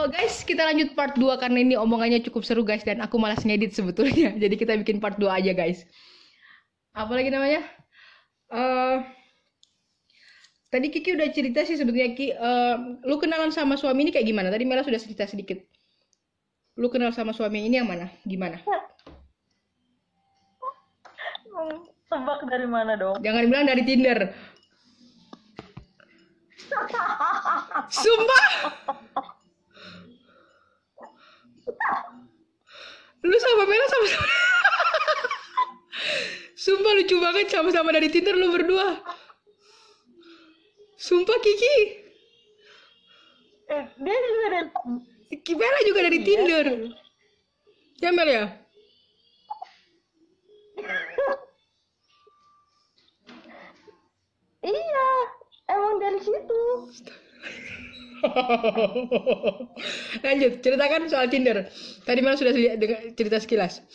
Guys, kita lanjut part 2 karena ini omongannya cukup seru guys dan aku malas ngedit sebetulnya. Jadi kita bikin part 2 aja guys. Apa lagi namanya? Eh Tadi Kiki udah cerita sih sebetulnya Ki, lu kenalan sama suami ini kayak gimana? Tadi Mela sudah cerita sedikit. Lu kenal sama suami ini yang mana? Gimana? Tebak dari mana dong? Jangan bilang dari Tinder. Sumpah, lu sama Mela sama-sama. Sumpah lucu banget sama-sama dari Tinder lu berdua. Sumpah Kiki. Dia juga dari Mela juga dari iya. Tinder. Ya Mel ya? Iya, emang dari situ. Lanjut, ceritakan soal Tinder. Tadi Mel sudah cerita sekilas.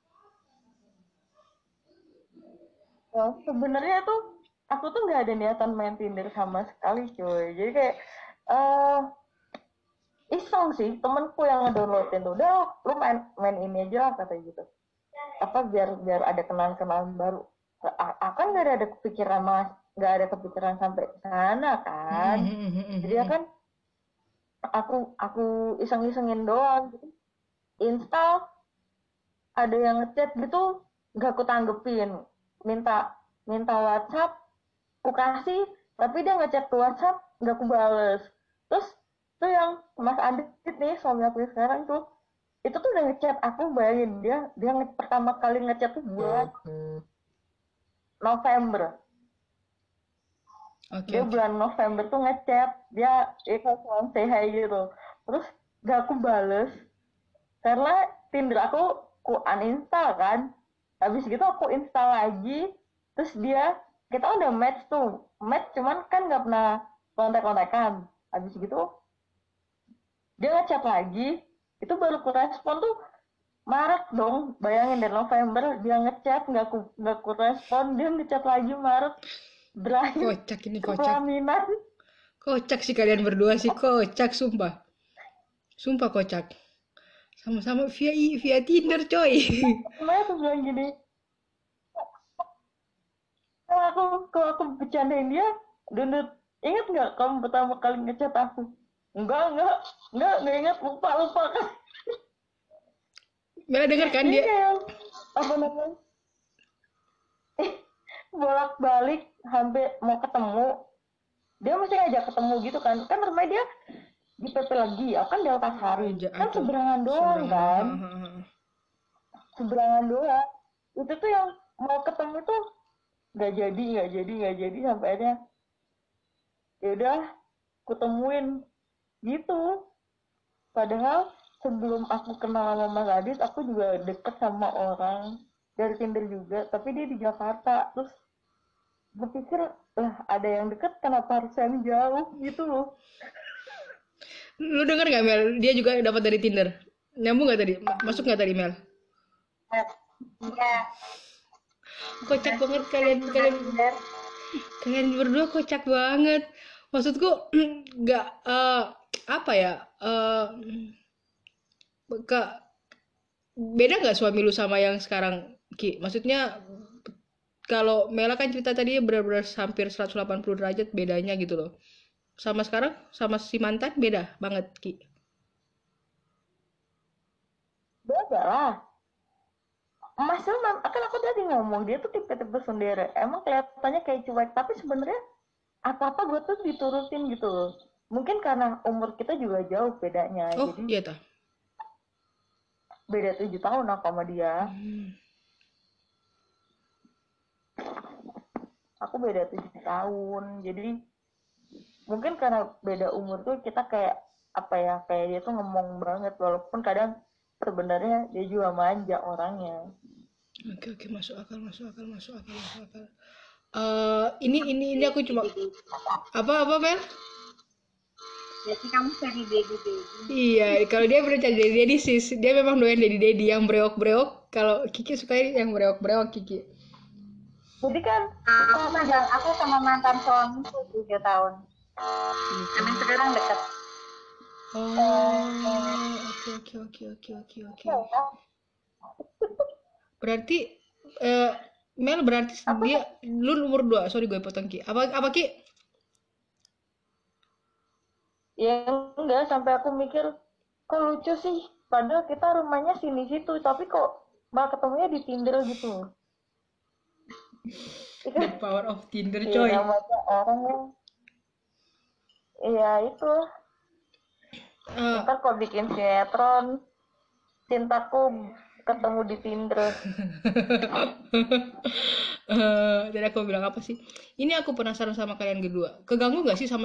Sebenarnya tuh aku tuh nggak ada niatan main Tinder sama sekali, cuy. Jadi kayak eh iseng sih temenku yang ngedownloadin tuh. Udah, lu main main ini aja lah katanya gitu. Apa biar biar ada kenalan-kenalan baru. Akan nggak ada kepikiran mas, nggak ada kepikiran sampai sana kan. Jadi ya kan aku iseng-isengin doang gitu. Install ada yang ngechat gitu nggak aku tanggepin, minta minta WhatsApp aku kasih tapi dia ngechat ke WhatsApp nggak aku bales. Terus tuh yang Mas Adit nih suami aku sekarang tuh itu tuh udah ngechat aku, bayangin dia pertama kali ngechat tuh bulan November. Oke, Dia oke. bulan November tuh ngechat, dia kayak say hi gitu. Terus gak aku bales karena Tinder aku uninstall kan. Habis gitu aku install lagi, terus kita udah match tuh, match cuman kan nggak pernah kontak-kontakan. Habis gitu dia ngechat lagi, itu baru aku respon tuh Maret dong, bayangin dari November dia ngechat nggak aku respon, dia ngechat lagi Maret, berakhir Kocak ini, ke kocak. pelaminan. Kocak sih kalian berdua sih, kocak sumpah. Sumpah kocak. Sama-sama via Tinder, coy. Semuanya tuh bilang gini, kalau aku bercandain dia, Dundut, ingat nggak kamu pertama kali ngechat aku? Enggak ingat, lupa kan. Mela denger kan Jadi dia. kayak apa namanya, bolak balik hampir mau ketemu, dia mesti ngajak ketemu gitu kan, kan rumahnya dia di PP lagi, aku kan Delta Sari, kan Aduh, seberangan doang seberangan. kan, Ha, ha, ha. seberangan doang. Itu tuh yang mau ketemu tuh nggak jadi sampai akhirnya ya udah kutemuin gitu. Padahal sebelum aku kenal sama Mas Adit, aku juga deket sama orang dari Tinder juga, tapi dia di Jakarta. Terus berpikir, lah ada yang deket, kenapa harus yang jauh gitu loh. Lu denger gak Mel? Dia juga dapat dari Tinder. Nyambung gak tadi? Masuk gak tadi Mel? Iya, Kocak banget kalian, kalian Tinder. kalian berdua kocak banget. Maksudku nggak apa ya? Kak, beda nggak suami lu sama yang sekarang Ki? Maksudnya kalau Mela kan cerita tadi benar-benar hampir 180 derajat bedanya gitu loh. Sama sekarang sama si mantan beda banget Ki. Beda lah. Mas tuh kan aku tadi ngomong, dia tuh tipe-tipe sendiri. Emang kelihatannya kayak cuek, tapi sebenarnya apa-apa gue tuh diturutin gitu loh. Mungkin karena umur kita juga jauh bedanya, Oh jadi iya tah. beda 7 tahun aku sama dia. Aku beda 7 tahun, jadi mungkin karena beda umur tuh kita kayak apa ya, kayak dia tuh ngomong banget walaupun kadang sebenarnya dia juga manja orangnya. Oke, oke, masuk akal, masuk akal, masuk akal, masuk akal. Ini aku cuma apa Mel? Jadi kamu cari baby baby. Iya, kalau dia bener cari daddy daddy sis, dia memang doyan daddy daddy yang breok breok. Kalau Kiki suka yang breok breok Kiki. Jadi kan aku sama mantan suamiku 7 tahun. Kami sekarang dekat. Oh, oke, oke, oke, oke, oke. Ya, ya. Berarti eh, Mel berarti Aku dia lu nomor dua. Sorry gue potong Ki. Apa Ki? ya enggak sampai aku mikir kok lucu sih. Padahal kita rumahnya sini situ, tapi kok malah ketemunya di Tinder gitu. The Iya, power of Tinder, iya coy. namanya orang yang, iya itu. Eh, Ntar kok bikin sinetron, cintaku ketemu di Tinder. Tadi aku bilang apa sih? Ini aku penasaran sama kalian berdua. Keganggu nggak sih sama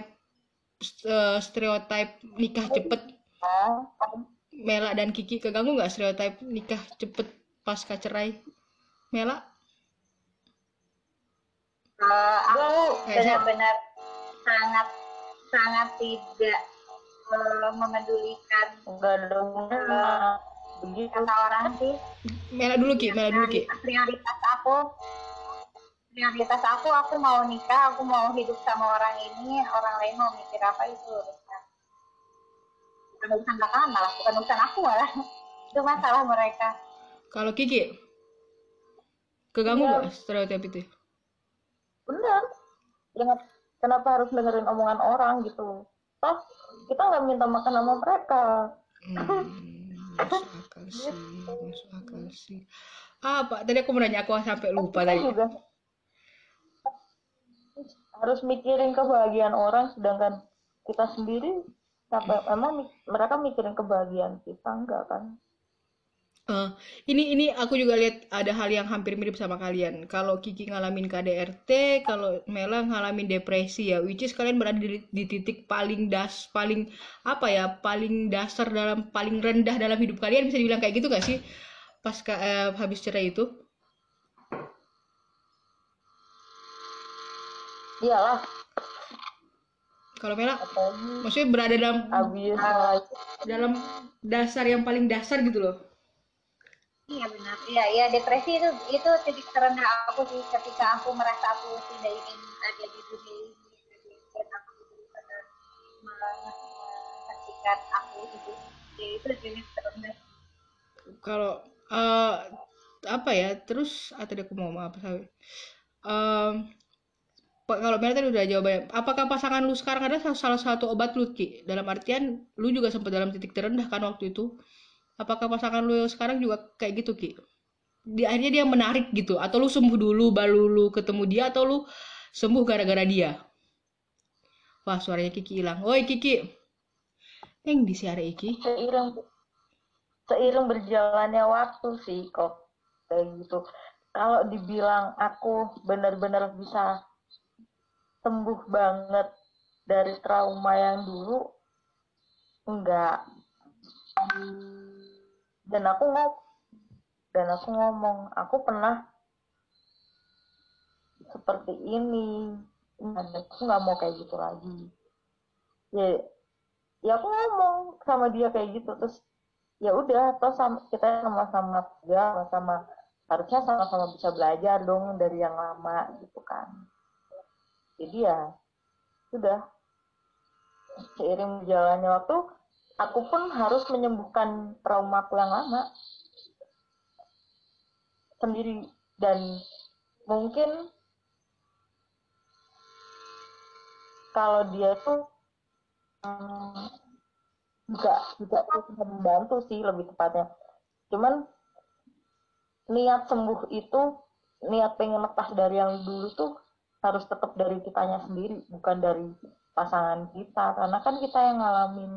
stereotip nikah cepet? Ah, Mela dan Kiki keganggu nggak stereotip nikah cepet pasca cerai? Mela? Aku Eh, benar-benar sangat sangat tidak memedulikan enggak ada hubungannya. Begitu. kata orang sih. Mela dulu Ki, Ya, Mela dulu Ki. prioritas aku mau nikah, aku mau hidup sama orang ini, orang lain mau mikir apa itu urusan. Bukan urusan belakangan malah, bukan urusan aku malah. Itu masalah mereka. Kalau Kiki, keganggu Iya, nggak stereotip itu? benar. Jangan, kenapa harus dengerin omongan orang gitu? Toh kita nggak minta makan sama mereka. Masuk akal sih, masuk akal sih. Apa? Tadi aku mau nanya, aku sampai lupa Kita tadi. juga harus mikirin kebahagiaan orang, sedangkan kita sendiri sampai emang mereka mikirin kebahagiaan kita enggak kan? Eh, ini aku juga lihat ada hal yang hampir mirip sama kalian. Kalau Kiki ngalamin KDRT, kalau Mela ngalamin depresi ya, which is kalian berada di titik paling apa ya, paling dasar dalam paling rendah dalam hidup kalian, bisa dibilang kayak gitu gak sih? Habis cerai itu. Iyalah, Kalau Mela, apalagi maksudnya berada dalam abis mulai dalam dasar yang paling dasar gitu loh. Iya benar. Iya, iya depresi itu titik terendah aku sih ketika aku merasa aku tidak ingin ada di dunia ini dan aku benar-benar menghentikan aku hidup. Ya, itu titik terendah. Kalau apa ya, terus tadi aku mau ngomong apa sih? Em, Kalau Mel tadi udah jawabannya. Apakah pasangan lu sekarang ada salah satu obat lu, Ki? Dalam artian, lu juga sempat dalam titik terendah kan waktu itu. Apakah pasangan lu sekarang juga kayak gitu, Ki? Di akhirnya dia menarik gitu, atau lu sembuh dulu baru lu ketemu dia, atau lu sembuh gara-gara dia? Wah, suaranya Kiki hilang. Woi, Kiki. Yang di siara iki. seiring seiring berjalannya waktu sih kok kayak gitu. Kalau dibilang aku benar-benar bisa sembuh banget dari trauma yang dulu, enggak. Dan aku ngomong, aku pernah seperti ini. Dan aku nggak mau kayak gitu lagi. Ya, ya aku ngomong sama dia kayak gitu terus ya udah terus kita sama-sama ya sama harusnya sama-sama bisa belajar dong dari yang lama gitu kan. Jadi ya sudah seiring berjalannya waktu aku pun harus menyembuhkan traumaku yang lama sendiri dan mungkin kalau dia tuh juga bisa membantu sih lebih tepatnya. Cuman niat sembuh itu niat pengen lepas dari yang dulu tuh harus tetap dari kitanya sendiri bukan dari pasangan kita karena kan kita yang ngalamin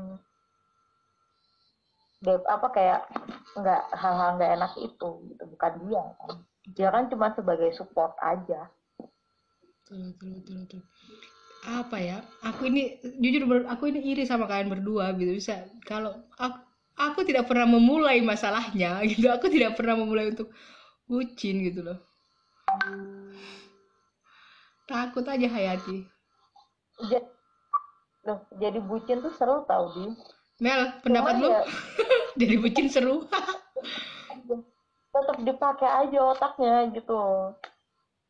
apa kayak nggak hal-hal nggak enak itu gitu bukan dia kan dia kan cuma sebagai support aja. Betul. Apa ya, aku ini iri sama kalian berdua gitu. Bisa, kalau aku tidak pernah memulai masalahnya gitu, aku tidak pernah memulai untuk bucin gitu loh, takut aja Hayati. Jadi, jadi bucin tuh seru tau di Mel, pendapat cuman lu? ya Jadi bucin seru. tetap dipakai aja otaknya gitu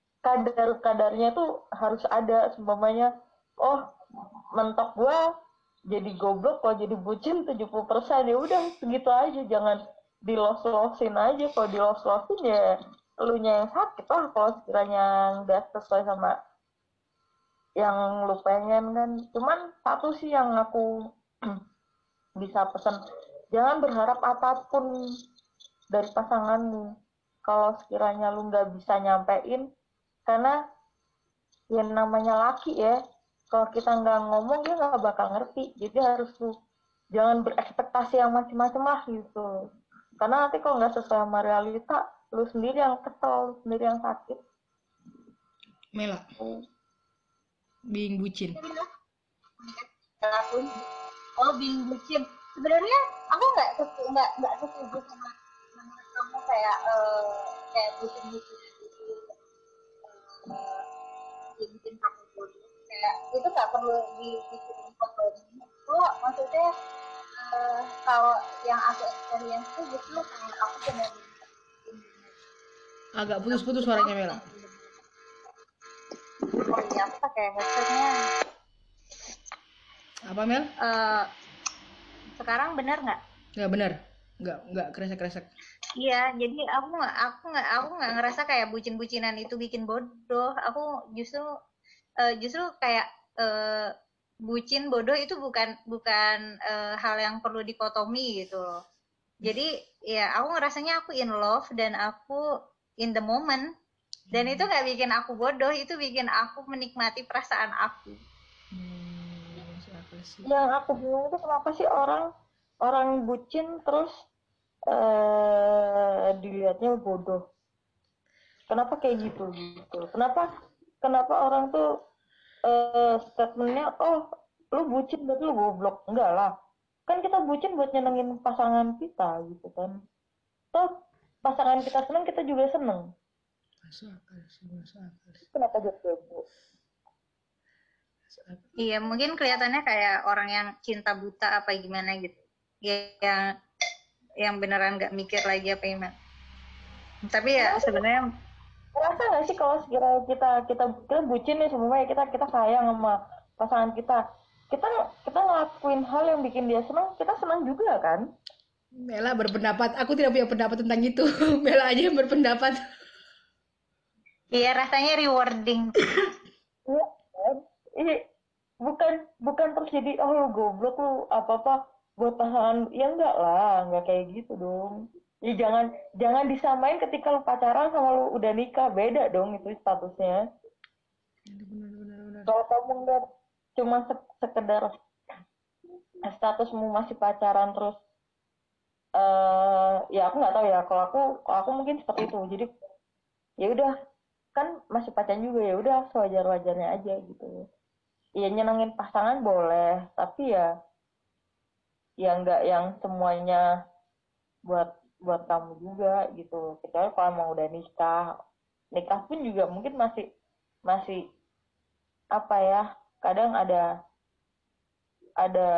kadarnya tuh harus ada seumpamanya oh mentok gua jadi goblok, kalau jadi bucin 70%, ya udah segitu aja, jangan dilos-losin aja. Kalau dilos-losin ya elunya yang sakit lah, kalau sekiranya nggak sesuai sama yang lu pengen kan. Cuman satu sih yang aku bisa pesan, jangan berharap apapun dari pasanganmu kalau sekiranya lu nggak bisa nyampein. Karena yang namanya laki ya, kalau kita nggak ngomong dia nggak bakal ngerti. Jadi harus lu jangan berekspektasi yang macam-macam lah gitu, karena nanti kalau nggak sesuai sama realita, lu sendiri yang kesel, lu sendiri yang sakit. Mela, being bucin. Aku being bucin. Sebenarnya aku nggak setuju sama kamu kayak kayak bucin-bucin gitu. Bikin kamu bodoh. Kayak itu nggak perlu dipikirin kompromi. Kok maksudnya kalau yang aku experience itu justru kayak aku benar-benar Agak putus-putus suaranya Mela. oh iya aku pakai headsetnya. Apa Mel? Sekarang benar nggak? Nggak benar. Nggak kresek-kresek. Iya, jadi aku nggak ngerasa kayak bucin-bucinan itu bikin bodoh. Aku justru kayak bucin bodoh itu bukan hal yang perlu dikotomi gitu loh. Jadi ya aku ngerasanya aku in love dan aku in the moment, dan itu nggak bikin aku bodoh, itu bikin aku menikmati perasaan aku. Yang aku bingung itu kenapa sih orang bucin terus dilihatnya bodoh. Kenapa kayak gitu gitu? Kenapa orang tuh statementnya, oh lu bucin berarti lu goblok? Enggak lah, kan kita bucin buat nyenengin pasangan kita gitu kan. Toh pasangan kita seneng, kita juga seneng. Masuk akal sih. Kenapa jadi goblok? Iya, mungkin kelihatannya kayak orang yang cinta buta apa gimana gitu. Ya, yang beneran nggak mikir lagi apa gimana. Tapi ya sebenarnya Ngerasa nggak sih kalau sekiranya kita bucin nih semuanya, kita sayang sama pasangan kita, kita kita ngelakuin hal yang bikin dia senang, kita senang juga kan? Mela berpendapat, aku tidak punya pendapat tentang itu. Mela aja yang berpendapat. iya rasanya rewarding. Iya kan? Ini bukan bukan terus jadi, oh lu goblok lu apa apa buat pasangan, ya enggak lah, enggak kayak gitu dong. Ya jangan disamain ketika lu pacaran sama lu udah nikah, beda dong itu statusnya. Benar. Kalau kamu enggak cuma sekedar statusmu masih pacaran terus, ya aku nggak tahu ya, kalau aku mungkin seperti itu. Jadi ya udah, kan masih pacaran juga, ya udah sewajar-wajarnya aja gitu. Ya nyenengin pasangan boleh, tapi ya nggak yang semuanya buat buat kamu juga gitu. Kecuali kalau emang udah nikah pun juga mungkin masih masih apa ya, kadang ada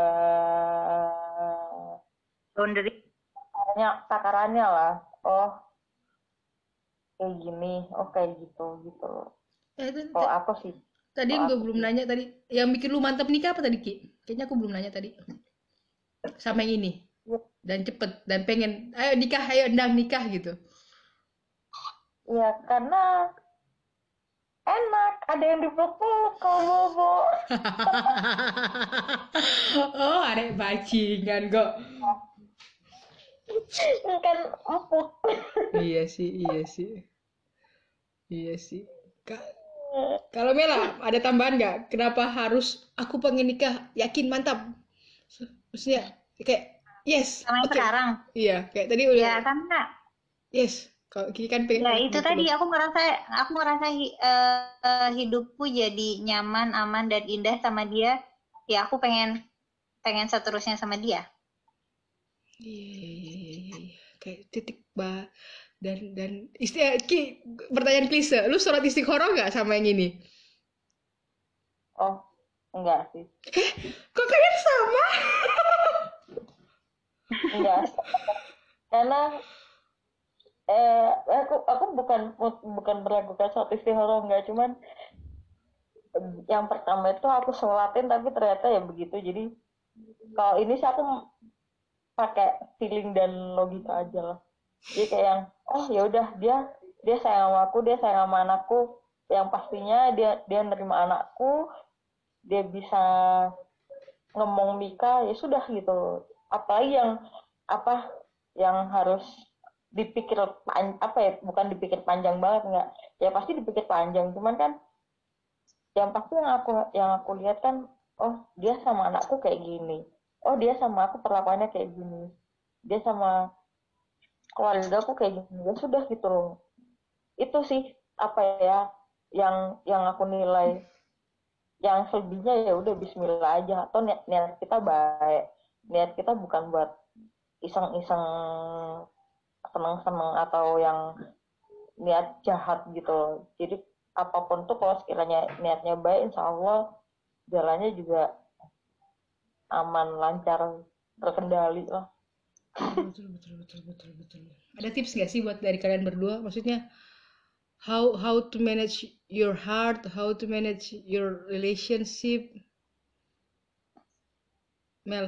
Boundary. takarannya lah. Oh kayak gini, oh kayak gitu gitu. Kalau aku sih, Tadi kalau yang gue aku belum sih. nanya tadi, yang bikin lu mantap nikah apa tadi Ki? Kayaknya aku belum nanya tadi. Sama yang ini. Dan cepet dan pengen, ayo nikah, ayo endang nikah gitu. Ya karena enak, ada yang dipeluk-peluk kalau bobo. Oh, ada bajingan kok. Kan empuk. Iya sih, iya sih. Kak, kalau Mela ada tambahan nggak? Kenapa harus aku pengen nikah? Yakin mantap. Maksudnya kayak yes, Sama yang oke. sekarang. Iya, kayak tadi Ya udah karena yes. Kalau Kiki kan pengen ya udah itu gitu tadi loh. aku ngerasa hidupku jadi nyaman, aman dan indah sama dia. Ya aku pengen pengen seterusnya sama dia. Iya. Kayak titik dan istilah Ki, pertanyaan klise. Lu sholat istiqoroh nggak sama yang ini? Oh enggak sih, Kok kalian sama? enggak. Karena aku bukan meragukan sholat istihoroh, enggak. Cuman yang pertama itu aku sholatin tapi ternyata ya begitu. Jadi Kalau ini sih aku pakai feeling dan logika aja lah. Jadi kayak yang oh ya udah dia sayang sama aku, dia sayang sama anakku. Yang pastinya dia nerima anakku, dia bisa ngomong nikah, ya sudah gitu. Apalagi yang apa yang harus dipikir apa ya, bukan dipikir panjang banget, nggak, ya pasti dipikir panjang, cuman kan yang pasti yang aku lihat kan, oh dia sama anakku kayak gini, oh dia sama aku perlakuannya kayak gini, dia sama keluarga aku kayak gini, ya sudah gitu loh. Itu sih apa ya yang aku nilai. Yang selebihnya ya udah Bismillah aja, atau niat kita baik, niat kita bukan buat iseng-iseng, seneng-seneng, atau yang niat jahat gitu. Jadi apapun tuh kalau sekiranya niatnya baik, insya Allah jalannya juga aman, lancar, terkendali lah. Betul, betul, betul, betul, betul. Ada tips nggak sih buat dari kalian berdua? Maksudnya how to manage your heart, how to manage your relationship, Mel?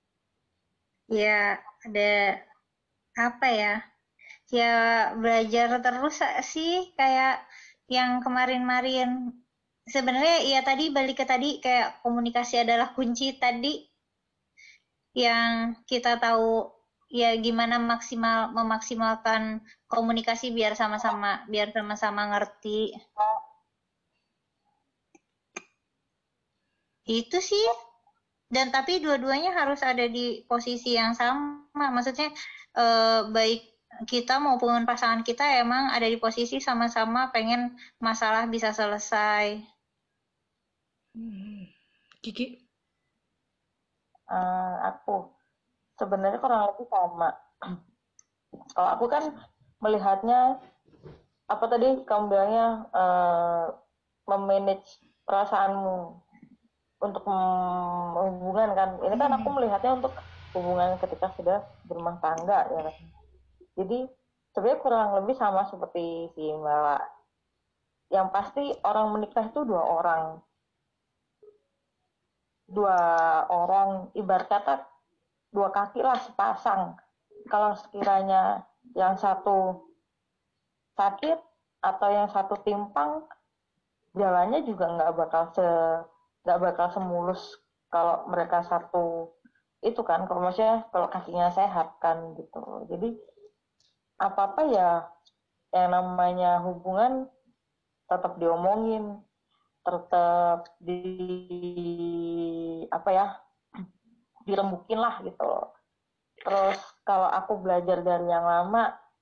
Ya, ada apa ya? Ya belajar terus sih, kayak yang kemarin-marin. Sebenarnya ya tadi balik ke tadi, kayak komunikasi adalah kunci tadi, yang kita tahu ya gimana memaksimalkan komunikasi biar sama-sama ngerti. Itu sih. Dan tapi dua-duanya harus ada di posisi yang sama. Maksudnya baik kita maupun pasangan kita emang ada di posisi sama-sama pengen masalah bisa selesai. Kiki? Aku sebenarnya kurang lebih sama. Kalau aku kan melihatnya, apa tadi kamu bilangnya, memanage perasaanmu untuk hubungan kan, ini kan aku melihatnya untuk hubungan ketika sudah berumah tangga ya kan. Jadi sebenarnya kurang lebih sama seperti si Mela. Yang pasti orang menikah itu dua orang, ibarat kata dua kaki lah, sepasang. Kalau sekiranya yang satu sakit atau yang satu timpang, jalannya juga nggak bakal semulus kalau mereka satu itu kan, kalau maksudnya kalau kakinya sehat kan gitu. Jadi apa apa ya, yang namanya hubungan tetap diomongin, tetap apa ya, dirembukin lah gitu. Terus kalau aku belajar dari yang lama,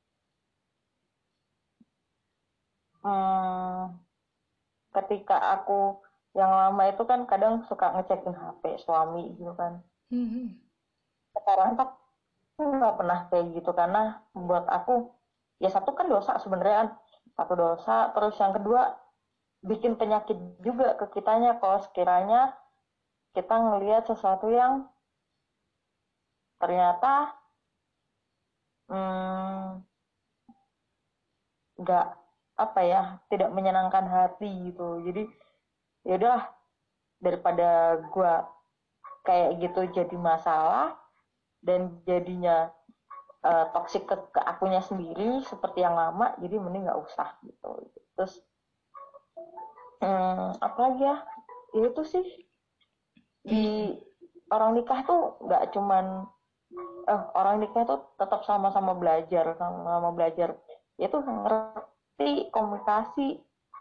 hmm, ketika aku yang lama itu kan kadang suka ngecekin HP suami gitu kan. Sekarang tak nggak pernah kayak gitu, karena buat aku ya satu kan dosa sebenarnya kan, satu dosa, terus yang kedua bikin penyakit juga ke kitanya kalau sekiranya kita ngelihat sesuatu yang ternyata nggak apa ya, tidak menyenangkan hati gitu. Jadi ya udahlah, daripada gua kayak gitu jadi masalah dan jadinya toksik ke akunya sendiri seperti yang lama, jadi mending nggak usah gitu. Terus apa lagi ya, itu sih di orang nikah tuh nggak cuman orang nikah tuh tetap sama-sama belajar itu, ngerti komunikasi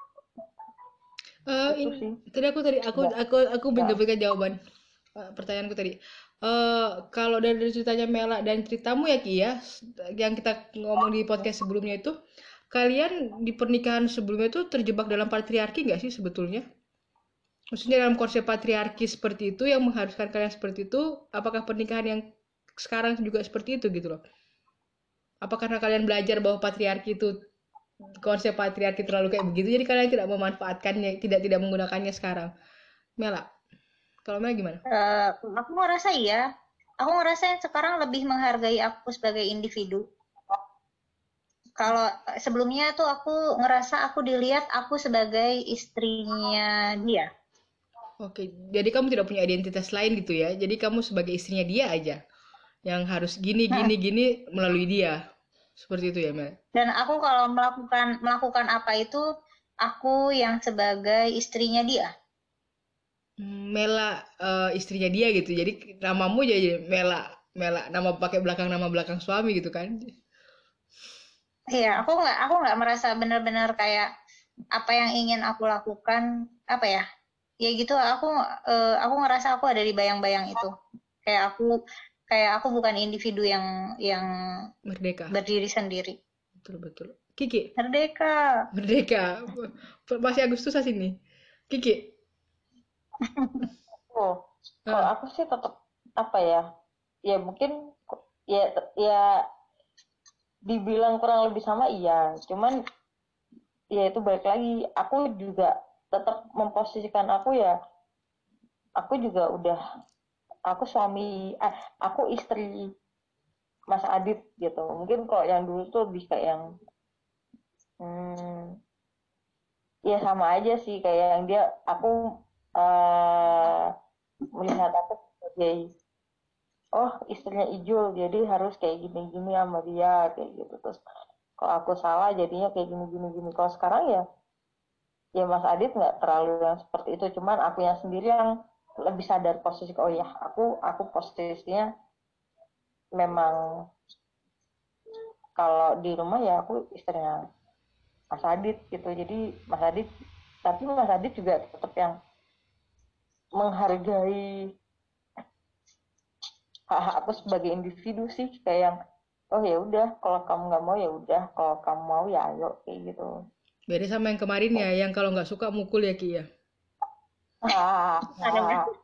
itu sih. Tadi aku mendapatkan jawaban pertanyaanku tadi. Kalau dari ceritanya Mela dan ceritamu ya Ki ya, yang kita ngomong di podcast sebelumnya itu, kalian di pernikahan sebelumnya itu terjebak dalam patriarki nggak sih sebetulnya? Maksudnya dalam konsep patriarki seperti itu yang mengharuskan kalian seperti itu, apakah pernikahan yang sekarang juga seperti itu gitu loh? Apa karena kalian belajar bahwa patriarki itu konsep patriarki terlalu kayak begitu, jadi kalian tidak memanfaatkannya, tidak menggunakannya sekarang? Mela, kalau Mela gimana? Aku ngerasa iya. Aku ngerasa yang sekarang lebih menghargai aku sebagai individu. Kalau sebelumnya tuh aku ngerasa aku dilihat aku sebagai istrinya dia. Oke, jadi kamu tidak punya identitas lain gitu ya. Jadi kamu sebagai istrinya dia aja yang harus gini gini gini melalui dia. Seperti itu ya, Mel. Dan aku kalau melakukan apa itu, aku yang sebagai istrinya dia. Mela istrinya dia gitu. Jadi namamu jadi Mela, Mela nama pakai nama belakang suami gitu kan. Iya, aku nggak merasa benar-benar kayak apa yang ingin aku lakukan, apa ya? Ya gitu, aku ngerasa aku ada di bayang-bayang itu. Kayak aku kayak aku bukan individu yang Merdeka. berdiri sendiri. Betul betul. Kiki, Merdeka. merdeka. Masih Agustus sini. Kiki. Oh, kalau Ah, aku sih tetap apa ya? Ya mungkin ya ya dibilang kurang lebih sama iya, cuman ya itu balik lagi. Aku juga tetap memposisikan aku juga udah aku istri Mas Adit gitu. Mungkin kalau yang dulu tuh lebih kayak yang hmm, ya sama aja sih kayak yang dia aku eh melihat aku sebagai istrinya Ijul jadi harus kayak gini-gini sama dia kayak gitu terus kalau aku salah jadinya kayak gini-gini gini kalau sekarang ya Mas Adit nggak terlalu yang seperti itu cuman aku yang sendiri yang lebih sadar posisi oh ya aku posisinya memang kalau di rumah ya aku istrinya Mas Adit gitu jadi Mas Adit tapi Mas Adit juga tetap yang menghargai hak aku sebagai individu sih kayak yang oh ya udah kalau kamu nggak mau ya udah kalau kamu mau ya ayo kayak gitu. beda sama yang kemarin ya, yang kalau nggak suka mukul ya Ki ya. Ah, Ada nggak? ah.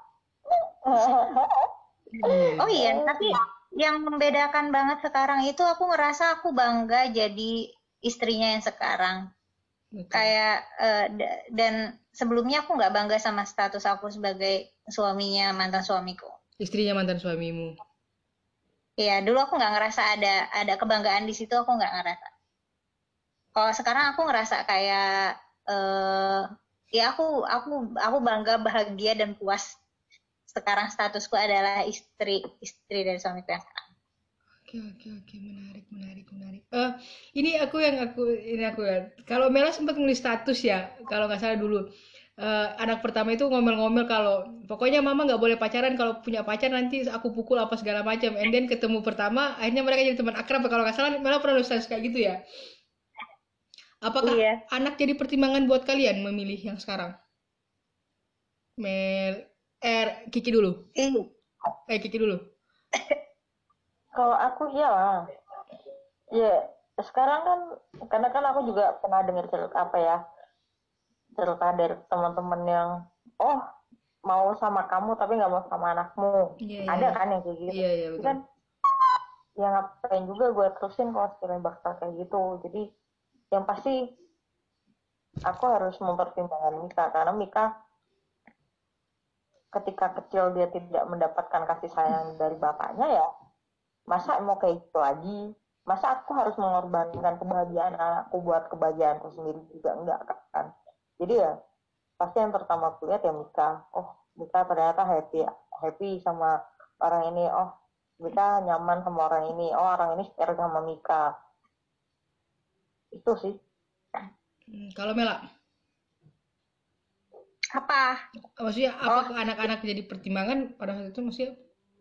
Iya, Oh iya. iya, tapi yang membedakan banget sekarang itu aku ngerasa aku bangga jadi istrinya yang sekarang. Betul. Kayak dan sebelumnya aku nggak bangga sama status aku sebagai suaminya mantan suamiku. Istrinya mantan suamimu. Iya, dulu aku nggak ngerasa ada kebanggaan di situ, aku nggak ngerasa. Kalau sekarang aku ngerasa kayak eh ya aku bangga, bahagia dan puas. Sekarang statusku adalah istri dari suamiku yang sekarang. Oke, oke, oke, menarik, menarik, menarik. Ini aku ya. Kalau Mela sempat nulis status ya, kalau nggak salah dulu. Anak pertama itu ngomel-ngomel kalau pokoknya mama nggak boleh pacaran, kalau punya pacar nanti aku pukul apa segala macam. And then ketemu pertama, akhirnya mereka jadi teman akrab. Kalau nggak salah Mela pernah nulis status kayak gitu ya. Apakah Iya. anak jadi pertimbangan buat kalian memilih yang sekarang? Kiki dulu. Iya. Kiki dulu. Kalau aku ya lah ya sekarang kan karena kan aku juga pernah dengar cerita apa ya cerita dari teman-teman yang oh mau sama kamu tapi nggak mau sama anakmu Iya, iya, ada iya. kan yang kayak gitu Iya, iya, tapi betul. kan ya ngapain juga gue terusin kalau sekiranya bakal kayak gitu jadi yang pasti aku harus mempertimbangkan Mika karena Mika ketika kecil dia tidak mendapatkan kasih sayang dari bapaknya ya masa mau kayak gitu lagi masa aku harus mengorbankan kebahagiaan anakku buat kebahagiaanku sendiri juga enggak kan jadi ya pasti yang pertama aku lihat ya Mika oh Mika ternyata happy sama orang ini oh Mika nyaman sama orang ini oh orang ini share sama Mika itu sih. Kalau Mela, Apa? maksudnya Oh, apakah anak-anak jadi pertimbangan pada saat itu maksudnya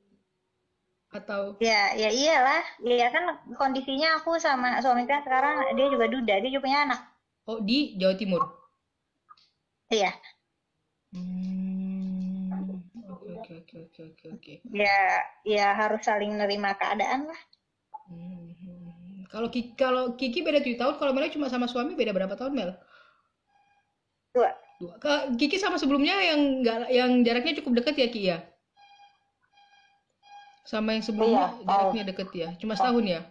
atau ya iyalah. Ya kan kondisinya aku sama suamiku yang sekarang dia juga duda, dia juga punya anak. di Jawa Timur? Iya. Oke, oke, oke, oke, oke, oke. Ya harus saling nerima keadaan lah. Kalau Kiki beda 7 tahun, kalau Mela cuma sama suami beda berapa tahun Mel? Dua. Dua. Kiki sama sebelumnya yang nggak yang jaraknya cukup dekat ya Ki ya? Sama yang sebelumnya Iya jaraknya deket ya? Cuma setahun ya?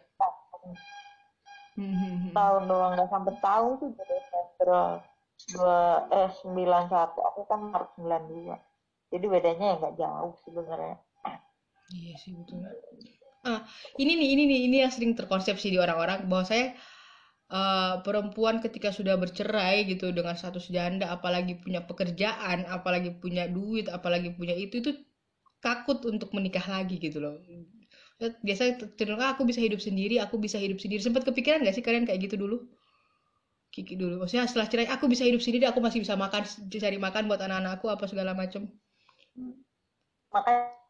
tahun doang nggak sampai tahun sih dari semester dua 91 aku kan Maret 92 jadi bedanya ya nggak jauh sebenarnya. Iya sih betul. Ah, ini nih, ini yang sering terkonsepsi di orang-orang bahwa saya perempuan ketika sudah bercerai gitu dengan status janda, apalagi punya pekerjaan, apalagi punya duit, apalagi punya itu takut untuk menikah lagi gitu loh. Biasanya cenderung aku bisa hidup sendiri, aku bisa hidup sendiri. Sempat kepikiran gak sih kalian kayak gitu dulu? Kiki dulu. Maksudnya setelah cerai aku bisa hidup sendiri, aku masih bisa makan, cari makan buat anak-anakku apa segala macam. Makanya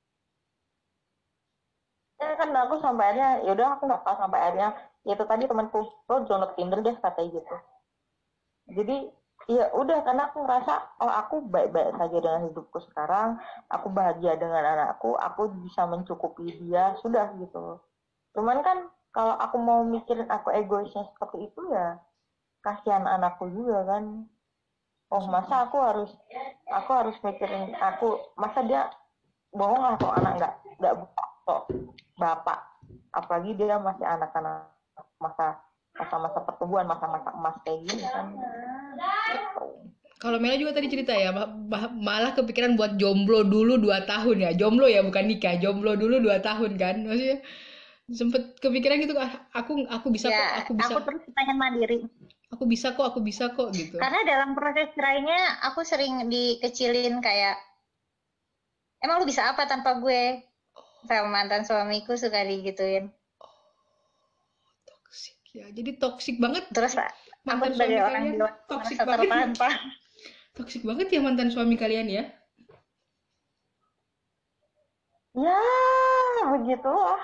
kan aku sampai akhirnya yaudah aku nggak pas sampai akhirnya ya itu tadi temanku lo download Tinder deh katanya gitu. Jadi ya udah karena aku ngerasa oh aku baik-baik saja dengan hidupku sekarang, aku bahagia dengan anakku, aku bisa mencukupi dia sudah gitu. Cuman kan kalau aku mau mikirin aku egoisnya seperti itu ya kasihan anakku juga kan. Oh masa aku harus mikirin aku masa dia bohong lah kok anak nggak kok bapak apalagi dia masih anak-anak masa-masa pertumbuhan masa-masa emas kayak gini kan. Kalau Mela juga tadi cerita ya, malah kepikiran buat jomblo dulu 2 tahun ya. Jomblo ya, bukan nikah. Jomblo dulu 2 tahun kan. Maksudnya sempet kepikiran gitu, aku bisa kok, Ya, aku terus pengen mandiri. aku bisa kok gitu. Karena dalam proses cerainya aku sering dikecilin kayak, emang lu bisa apa tanpa gue? Sama mantan suamiku suka digituin. Toxic ya. Jadi toxic banget Terus aku mantan sebagai suami orang kalian. dewasa Toxic merasa banget ya. tertantang. Toxic banget ya mantan suami kalian ya. Ya begitulah.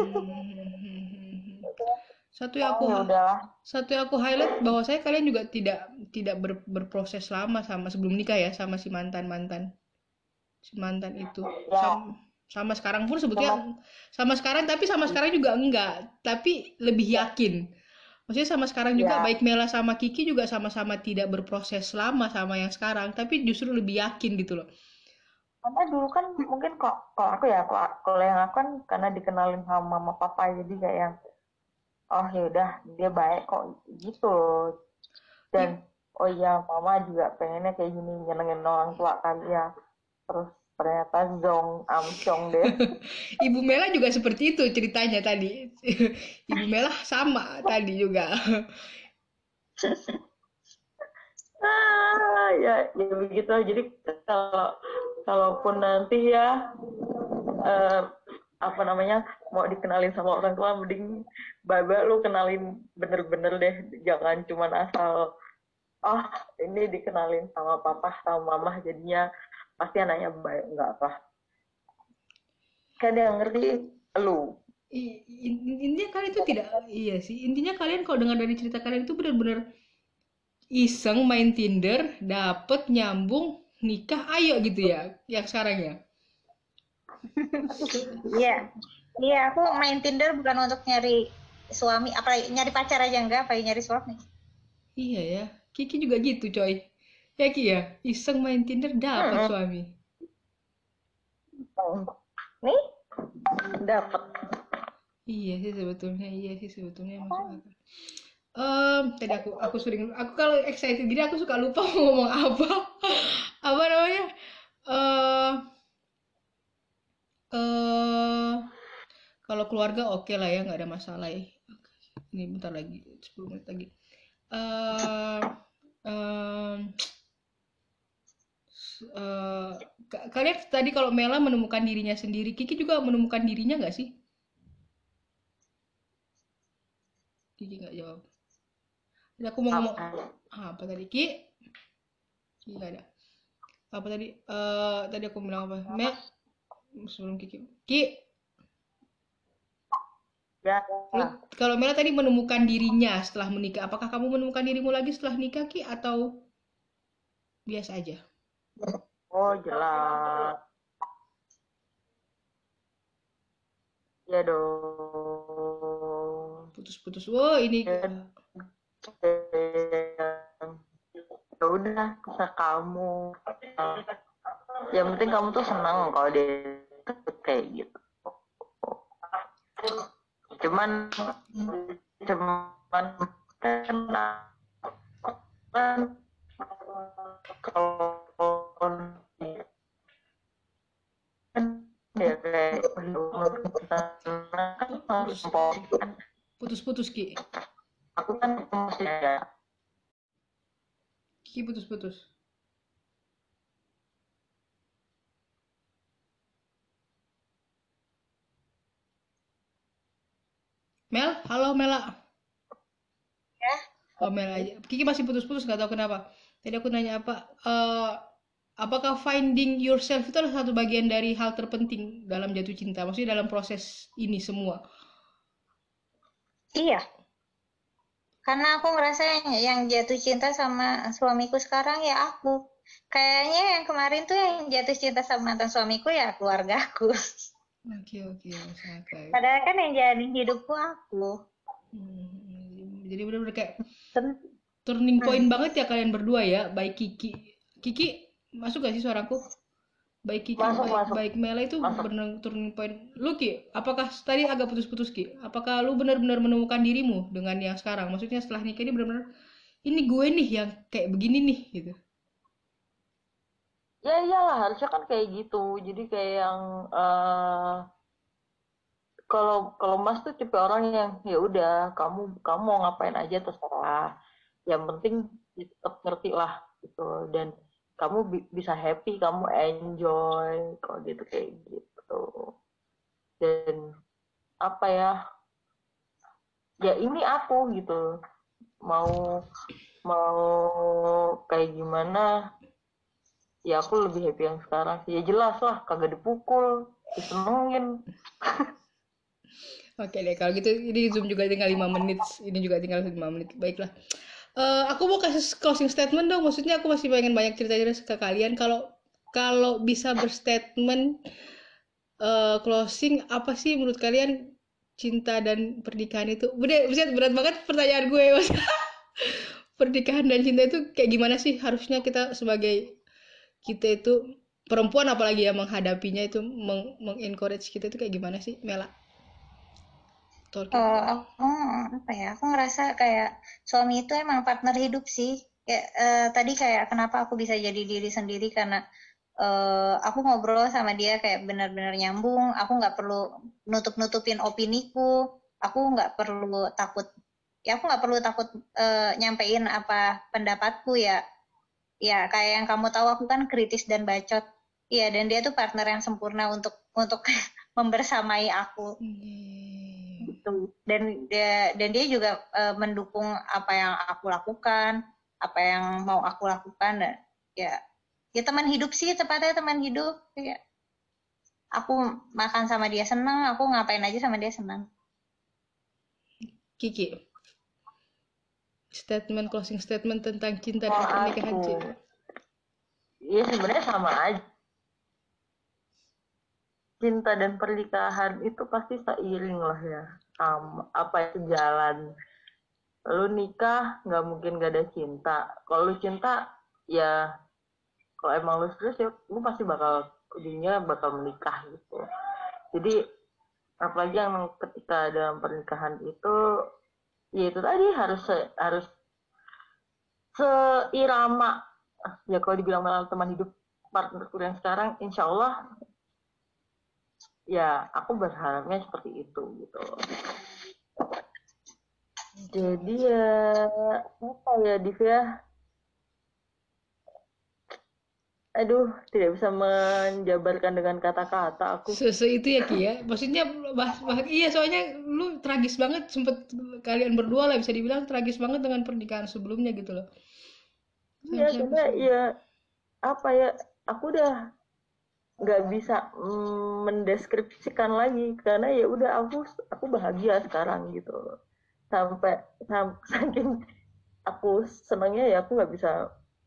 Hmm. Satu yang Oh aku ya udahlah. satu yang aku highlight bahwa saya kalian juga tidak berproses lama sama sebelum nikah ya sama si mantan itu Ya sama sekarang pun cuma sebetulnya sama sekarang tapi sama sekarang juga enggak tapi lebih yakin maksudnya sama sekarang juga ya baik Mela sama Kiki juga sama-sama tidak berproses lama sama yang sekarang tapi justru lebih yakin gitu loh. karena dulu kan mungkin kok kalau aku ya kalau yang aku kan karena dikenalin sama mama papa jadi kayak yang oh ya udah dia baik kok gitu dan I- oh iya mama juga pengennya kayak gini nyenengin orang tua kali ya terus ternyata zong amsyong deh. Ibu Mela juga seperti itu ceritanya tadi. Ibu Mela sama tadi juga. Ya ya begitu jadi kalau kalaupun nanti ya eh, apa namanya mau dikenalin sama orang tua mending baba lu kenalin bener-bener deh jangan cuman asal oh ini dikenalin sama papa sama mama jadinya pasti anaknya baik enggak apa kan yang ngerti lu. Intinya kalian itu tidak iya sih intinya kalian kalau dengar dari cerita kalian itu benar-benar iseng main Tinder dapet nyambung nikah ayo gitu ya yang sekarang ya. Iya. Iya, aku main Tinder bukan untuk nyari suami, apalagi nyari pacar aja enggak, apalagi nyari suami. Iya ya, Kiki juga gitu coy. Ya Ki ya, iseng main Tinder dapat Hmm, suami. nih dapat. Iya sih sebetulnya masuk akal. Tadi aku sering aku kalau excited gini aku suka lupa mau ngomong apa. Apa namanya? Eh eh kalau keluarga oke lah ya, nggak ada masalah ya. Ini bentar lagi, 10 menit lagi. Eh em, eh, kalian tadi kalau Mela menemukan dirinya sendiri, Kiki juga menemukan dirinya nggak sih? Kiki nggak jawab. Tadi aku mau ngomong apa tadi? Ki nggak ada. Apa tadi? Tadi aku bilang apa? Sebelum Kiki. Ki, Ya lu kalau Mela tadi menemukan dirinya setelah menikah, apakah kamu menemukan dirimu lagi setelah nikah Ki atau biasa aja? oh jelas ya dong Putus-putus. Wow, ini ya, ya udah terserah kamu. Yang penting kamu tuh senang kalau dia kayak gitu. Cuman cuman kan kalau kan dia kayak putus putus putus Ki. aku kan emosi ya. Kiki putus-putus. Mel, halo Mela. Ya. Oh Mel aja. Kiki masih putus-putus nggak tahu kenapa. Tadi aku nanya apa? Apakah finding yourself itu adalah satu bagian dari hal terpenting dalam jatuh cinta? Maksudnya dalam proses ini semua. Iya, karena aku ngerasa yang jatuh cinta sama suamiku sekarang ya aku. Kayaknya yang kemarin tuh yang jatuh cinta sama mantan suamiku ya keluargaku. Oke oke, sangat baik. Padahal kan yang jalanin hidupku aku. Jadi benar-benar kayak Kan turning point banget ya kalian berdua ya, baik Kiki. Kiki masuk gak sih suaraku? Baik Kiki, masuk baik, masuk baik Mela itu masuk. benar turning point. Lu Ki, apakah tadi agak putus-putus Ki? Apakah lu benar-benar menemukan dirimu dengan yang sekarang? Maksudnya setelah nikah ini benar-benar ini gue nih yang kayak begini nih gitu. Ya iyalah harusnya kan kayak gitu. Jadi kayak yang kalau kalau Mas tuh tipe orang yang ya udah kamu kamu mau ngapain aja terserah. Yang penting tetap ngerti lah gitu dan kamu bisa happy, kamu enjoy kalau gitu kayak gitu. Dan apa ya? Ya ini aku gitu. Mau mau kayak gimana? Ya aku lebih happy yang sekarang sih. Ya jelas lah, kagak dipukul, disenengin. Oke deh, kalau gitu ini Zoom juga tinggal 5 menit. Ini juga tinggal 5 menit. Baiklah. Aku mau kasih closing statement dong. Maksudnya aku masih pengen banyak cerita-cerita ke kalian. Kalau kalau bisa berstatement closing apa sih menurut kalian cinta dan pernikahan itu? Buset, berat banget pertanyaan gue. Pernikahan dan cinta itu kayak gimana sih harusnya kita sebagai kita itu perempuan apalagi ya menghadapinya itu mengencourage kita itu kayak gimana sih Mela? Talking. Aku apa ya? Aku ngerasa kayak suami itu emang partner hidup sih. Kayak tadi kayak kenapa aku bisa jadi diri sendiri karena aku ngobrol sama dia kayak benar-benar nyambung. Aku nggak perlu nutup-nutupin opiniku. Aku nggak perlu takut. Ya aku nggak perlu takut nyampein apa pendapatku ya. Ya kayak yang kamu tahu aku kan kritis dan bacot. Iya dan dia tuh partner yang sempurna untuk membersamai aku gitu dan dia juga mendukung apa yang aku lakukan apa yang mau aku lakukan dan ya ya teman hidup sih tepatnya teman hidup ya aku makan sama dia senang aku ngapain aja sama dia senang. Kiki, statement closing statement tentang cinta dan Kalau pernikahan aku, Cik. ya sebenarnya sama aja. Cinta dan pernikahan itu pasti seiring lah ya. Apa itu jalan. Lu nikah nggak mungkin gak ada cinta. Kalau lu cinta, ya kalau emang lu serius ya lu pasti bakal ujungnya bakal menikah gitu. Jadi apalagi yang ketika dalam pernikahan itu ya itu tadi harus seirama ya kalau dibilang malah teman hidup partnerku yang sekarang insya Allah ya aku berharapnya seperti itu gitu. Jadi ya apa ya Div ya, aduh tidak bisa menjabarkan dengan kata-kata aku. Itu ya Ki ya. Maksudnya iya soalnya lu tragis banget sempet kalian berdua lah bisa dibilang tragis banget dengan pernikahan sebelumnya gitu loh. Iya karena ya apa ya aku udah nggak bisa mendeskripsikan lagi karena ya udah aku bahagia sekarang gitu sampai saking aku senangnya ya aku nggak bisa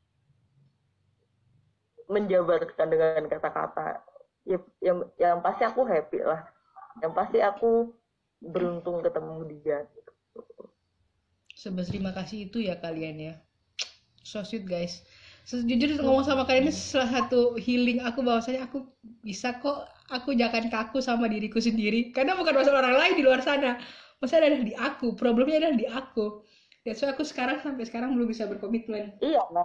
menjabarkan dengan kata-kata ya, yang pasti aku happy lah yang pasti aku beruntung ketemu dia gitu. Terima kasih itu ya kalian ya. So sweet guys. Sejujurnya ngomong sama kalian ini salah satu healing aku bahwasanya aku bisa kok aku jangan kaku sama diriku sendiri karena bukan masalah orang lain di luar sana. Masalah ada di aku, problemnya ada di aku. Ya so aku sampai sekarang belum bisa berkomitmen. Iya lah.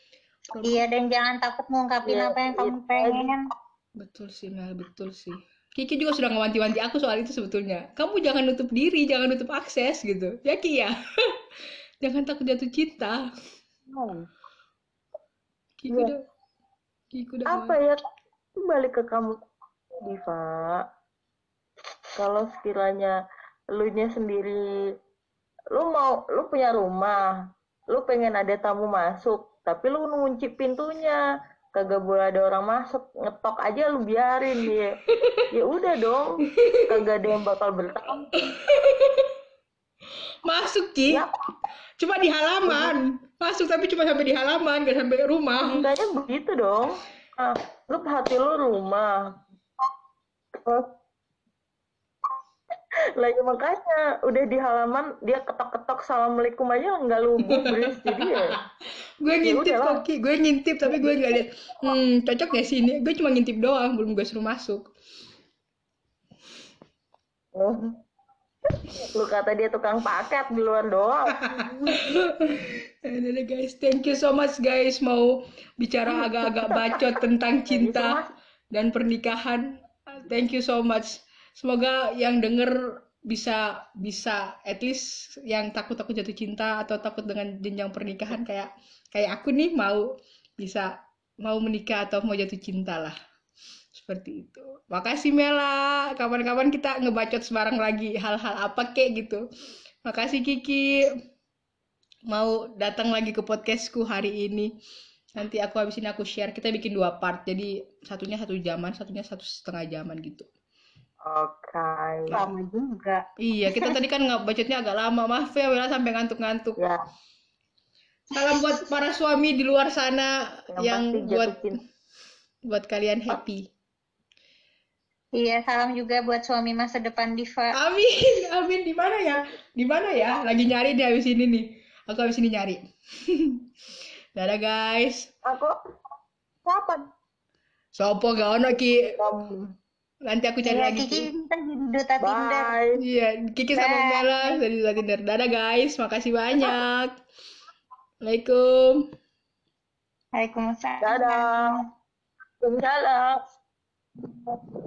Iya dan jangan takut ngungkapin Ya, apa yang kamu itu pengen. Betul sih Mel, betul sih. Kiki juga sudah ngewanti-wanti aku soal itu sebetulnya. Kamu jangan nutup diri, jangan nutup akses gitu. Ya Ki ya. Jangan takut jatuh cinta. Hmm. Kiki Iya. udah Kiki udah Apa ya? Balik ke kamu, Diva. Kalau sekiranya elunya sendiri, lu punya rumah, lu pengen ada tamu masuk, tapi lu ngunci pintunya, kagak boleh ada orang masuk, ngetok aja lu biarin dia. Ya udah dong, kagak ada yang bakal bertamu. masuk Ya, Ki. Cuma di halaman. Masuk tapi cuma sampai di halaman, gak sampai rumah. logikanya begitu dong. Nah, lu hati lu rumah. Terus, lah ya makanya udah di halaman dia ketok-ketok assalamualaikum aja nggak lu gubris jadi ya Gue ya ngintip udahlah. kok Ki, gue ngintip tapi gue nggak lihat. Cocok gak sih ini? Gue cuma ngintip doang, belum gue suruh masuk. Lu kata dia tukang paket di luar doang. Udah guys, thank you so much guys mau bicara agak-agak bacot tentang Nah, justru cinta mas dan pernikahan. Thank you so much. Semoga yang denger bisa bisa at least yang takut-takut jatuh cinta atau takut dengan jenjang pernikahan kayak kayak aku nih bisa mau menikah atau mau jatuh cinta lah. Seperti itu. Makasih Mela. Kapan-kapan kita ngebacot sebarang lagi hal-hal apa kek gitu. Makasih Kiki mau datang lagi ke podcastku hari ini. Nanti aku habis ini aku share. Kita bikin 2 part. Jadi satunya 1 jaman, satunya 1,5 jaman gitu. oke Lama juga. Iya, kita tadi kan nggak bacotnya agak lama. Maaf ya, Wela sampai ngantuk-ngantuk. ya Salam buat para suami di luar sana yang pasti yang jatuh cinta. buat kalian happy. Iya, salam juga buat suami masa depan Diva. Amin, amin. Di mana ya? Di mana ya? Lagi nyari nih habis ini nih. Aku habis ini nyari. Dadah guys. Aku kapan Sopo gak ono Ki. kamu Nanti aku cari Iya, lagi Kiki Ki. kita jadi duta Tinder. bye Iya, Kiki sama Bye. Mela dari Tinder. Dadah guys, makasih banyak. Assalamualaikum. Waalaikumsalam. dadah Waalaikumsalam.